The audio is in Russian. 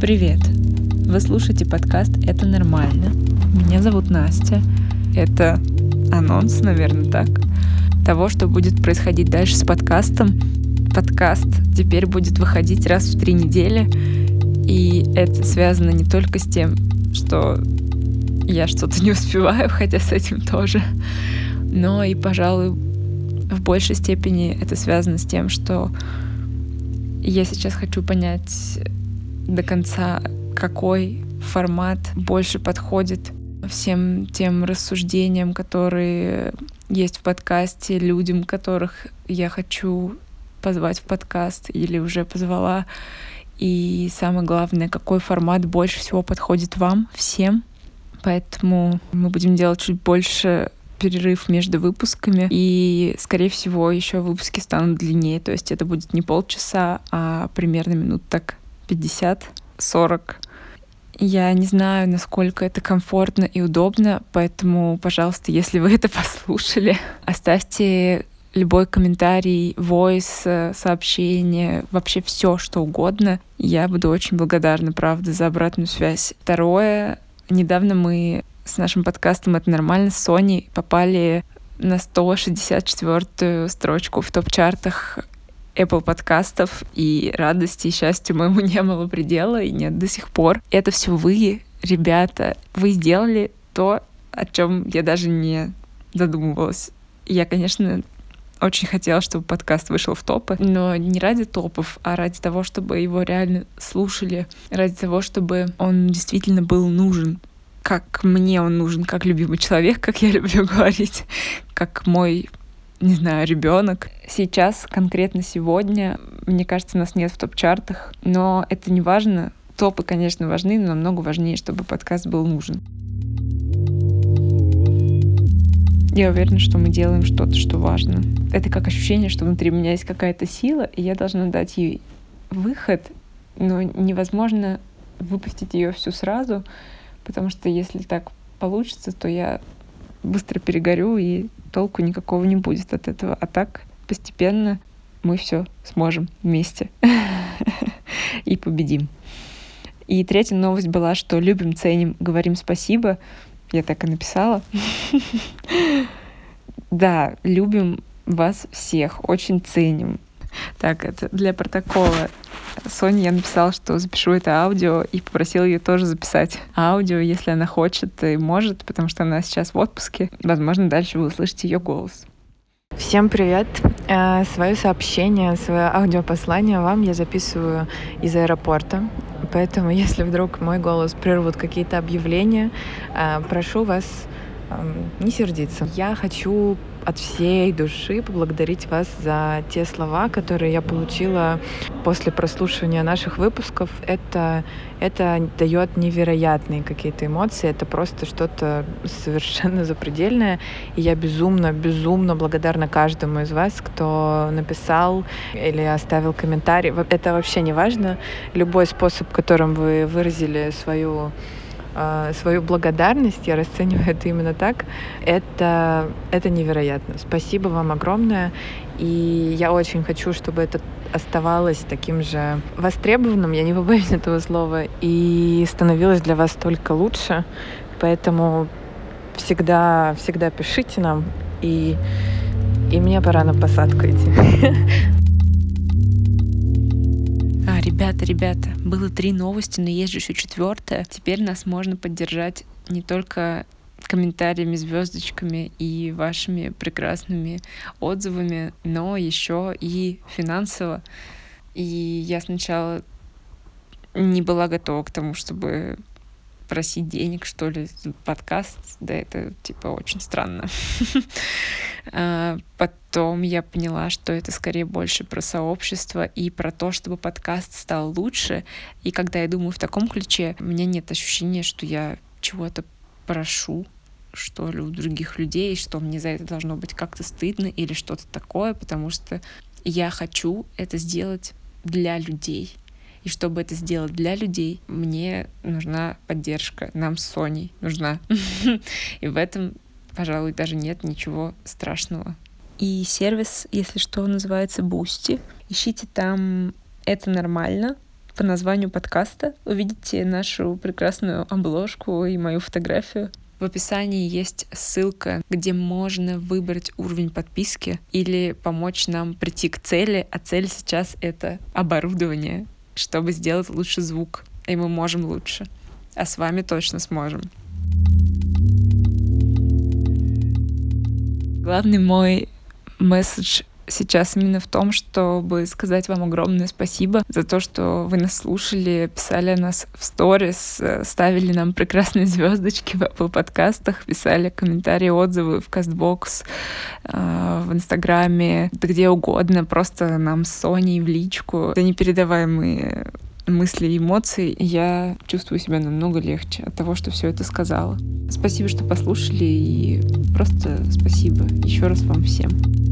Привет! Вы слушаете подкаст «Это нормально». Меня зовут Настя. Это анонс, наверное, так, того, что будет происходить дальше с подкастом. Подкаст теперь будет выходить раз в 3 недели, и это связано не только с тем, что я что-то не успеваю, хотя с этим тоже, но и, пожалуй, в большей степени это связано с тем, что я сейчас хочу понять до конца, какой формат больше подходит всем тем рассуждениям, которые есть в подкасте, людям, которых я хочу позвать в подкаст или уже позвала. И самое главное, какой формат больше всего подходит вам всем. Поэтому мы будем делать чуть больше перерыв между выпусками. И, скорее всего, еще выпуски станут длиннее. То есть это будет не полчаса, а примерно минут так 50-40. Я не знаю, насколько это комфортно и удобно, поэтому, пожалуйста, если вы это послушали, оставьте любой комментарий, войс, сообщение, вообще все, что угодно. Я буду очень благодарна, правда, за обратную связь. Второе, недавно мы с нашим подкастом «Это нормально» с Соней попали на 164-ю строчку в топ-чартах Apple подкастов, и радости и счастью моему не было предела, и нет до сих пор. Это все вы, ребята. Вы сделали то, о чем я даже не задумывалась. Я, конечно, очень хотела, чтобы подкаст вышел в топы, но не ради топов, а ради того, чтобы его реально слушали, ради того, чтобы он действительно был нужен. Как мне он нужен, как любимый человек, как я люблю говорить, как мой, не знаю, ребенок. Сейчас, конкретно сегодня, мне кажется, нас нет в топ-чартах, но это не важно. Топы, конечно, важны, но намного важнее, чтобы подкаст был нужен. Я уверена, что мы делаем что-то, что важно. Это как ощущение, что внутри меня есть какая-то сила, и я должна дать ей выход, но невозможно выпустить ее всю сразу, потому что если так получится, то я быстро перегорю, и толку никакого не будет от этого. А так постепенно мы все сможем вместе и победим. И третья новость была, что любим, ценим, говорим спасибо. Я так и написала. Да, любим вас всех, очень ценим. Так, это для протокола. Соне я написала, что запишу это аудио, и попросила ее тоже записать аудио, если она хочет и может, потому что она сейчас в отпуске. Возможно, дальше вы услышите ее голос. Всем привет! Свое сообщение, свое аудиопослание вам я записываю из аэропорта. Поэтому, если вдруг мой голос прервут какие-то объявления, прошу вас не сердиться. Я хочу от всей души поблагодарить вас за те слова, которые я получила после прослушивания наших выпусков. Это дает невероятные какие-то эмоции. Это просто что-то совершенно запредельное. И я безумно благодарна каждому из вас, кто написал или оставил комментарий. Это вообще не важно. Любой способ, которым вы выразили свою благодарность, я расцениваю это именно так, это невероятно. Спасибо вам огромное. И я очень хочу, чтобы это оставалось таким же востребованным, я не побоюсь этого слова, и становилось для вас только лучше. Поэтому всегда пишите нам, и мне пора на посадку идти. Ребята, было 3 новости, но есть же еще 4. Теперь нас можно поддержать не только комментариями, звездочками и вашими прекрасными отзывами, но еще и финансово. И я сначала не была готова к тому, чтобы просить денег, что ли, за подкаст. Да, это типа очень странно. Потом я поняла, что это скорее больше про сообщество и про то, чтобы подкаст стал лучше. И когда я думаю в таком ключе, у меня нет ощущения, что я чего-то прошу, что ли, у других людей, что мне за это должно быть как-то стыдно или что-то такое, потому что я хочу это сделать для людей. И чтобы это сделать для людей, мне нужна поддержка. Нам с Соней нужна. И в этом, пожалуй, даже нет ничего страшного. И сервис, если что, называется Boosty. Ищите там «Это нормально». по названию подкаста увидите нашу прекрасную обложку и мою фотографию. В описании есть ссылка, где можно выбрать уровень подписки или помочь нам прийти к цели, а цель сейчас — это оборудование, чтобы сделать лучше звук. И мы можем лучше. А с вами точно сможем. Главный мой месседж сейчас именно в том, чтобы сказать вам огромное спасибо за то, что вы нас слушали, писали о нас в сторис, ставили нам прекрасные звездочки в Apple подкастах, писали комментарии, отзывы в Castbox, в Инстаграме, да где угодно, просто нам с Соней в личку. Это непередаваемые мысли и эмоции. Я чувствую себя намного легче от того, что все это сказала. Спасибо, что послушали, и просто спасибо еще раз вам всем.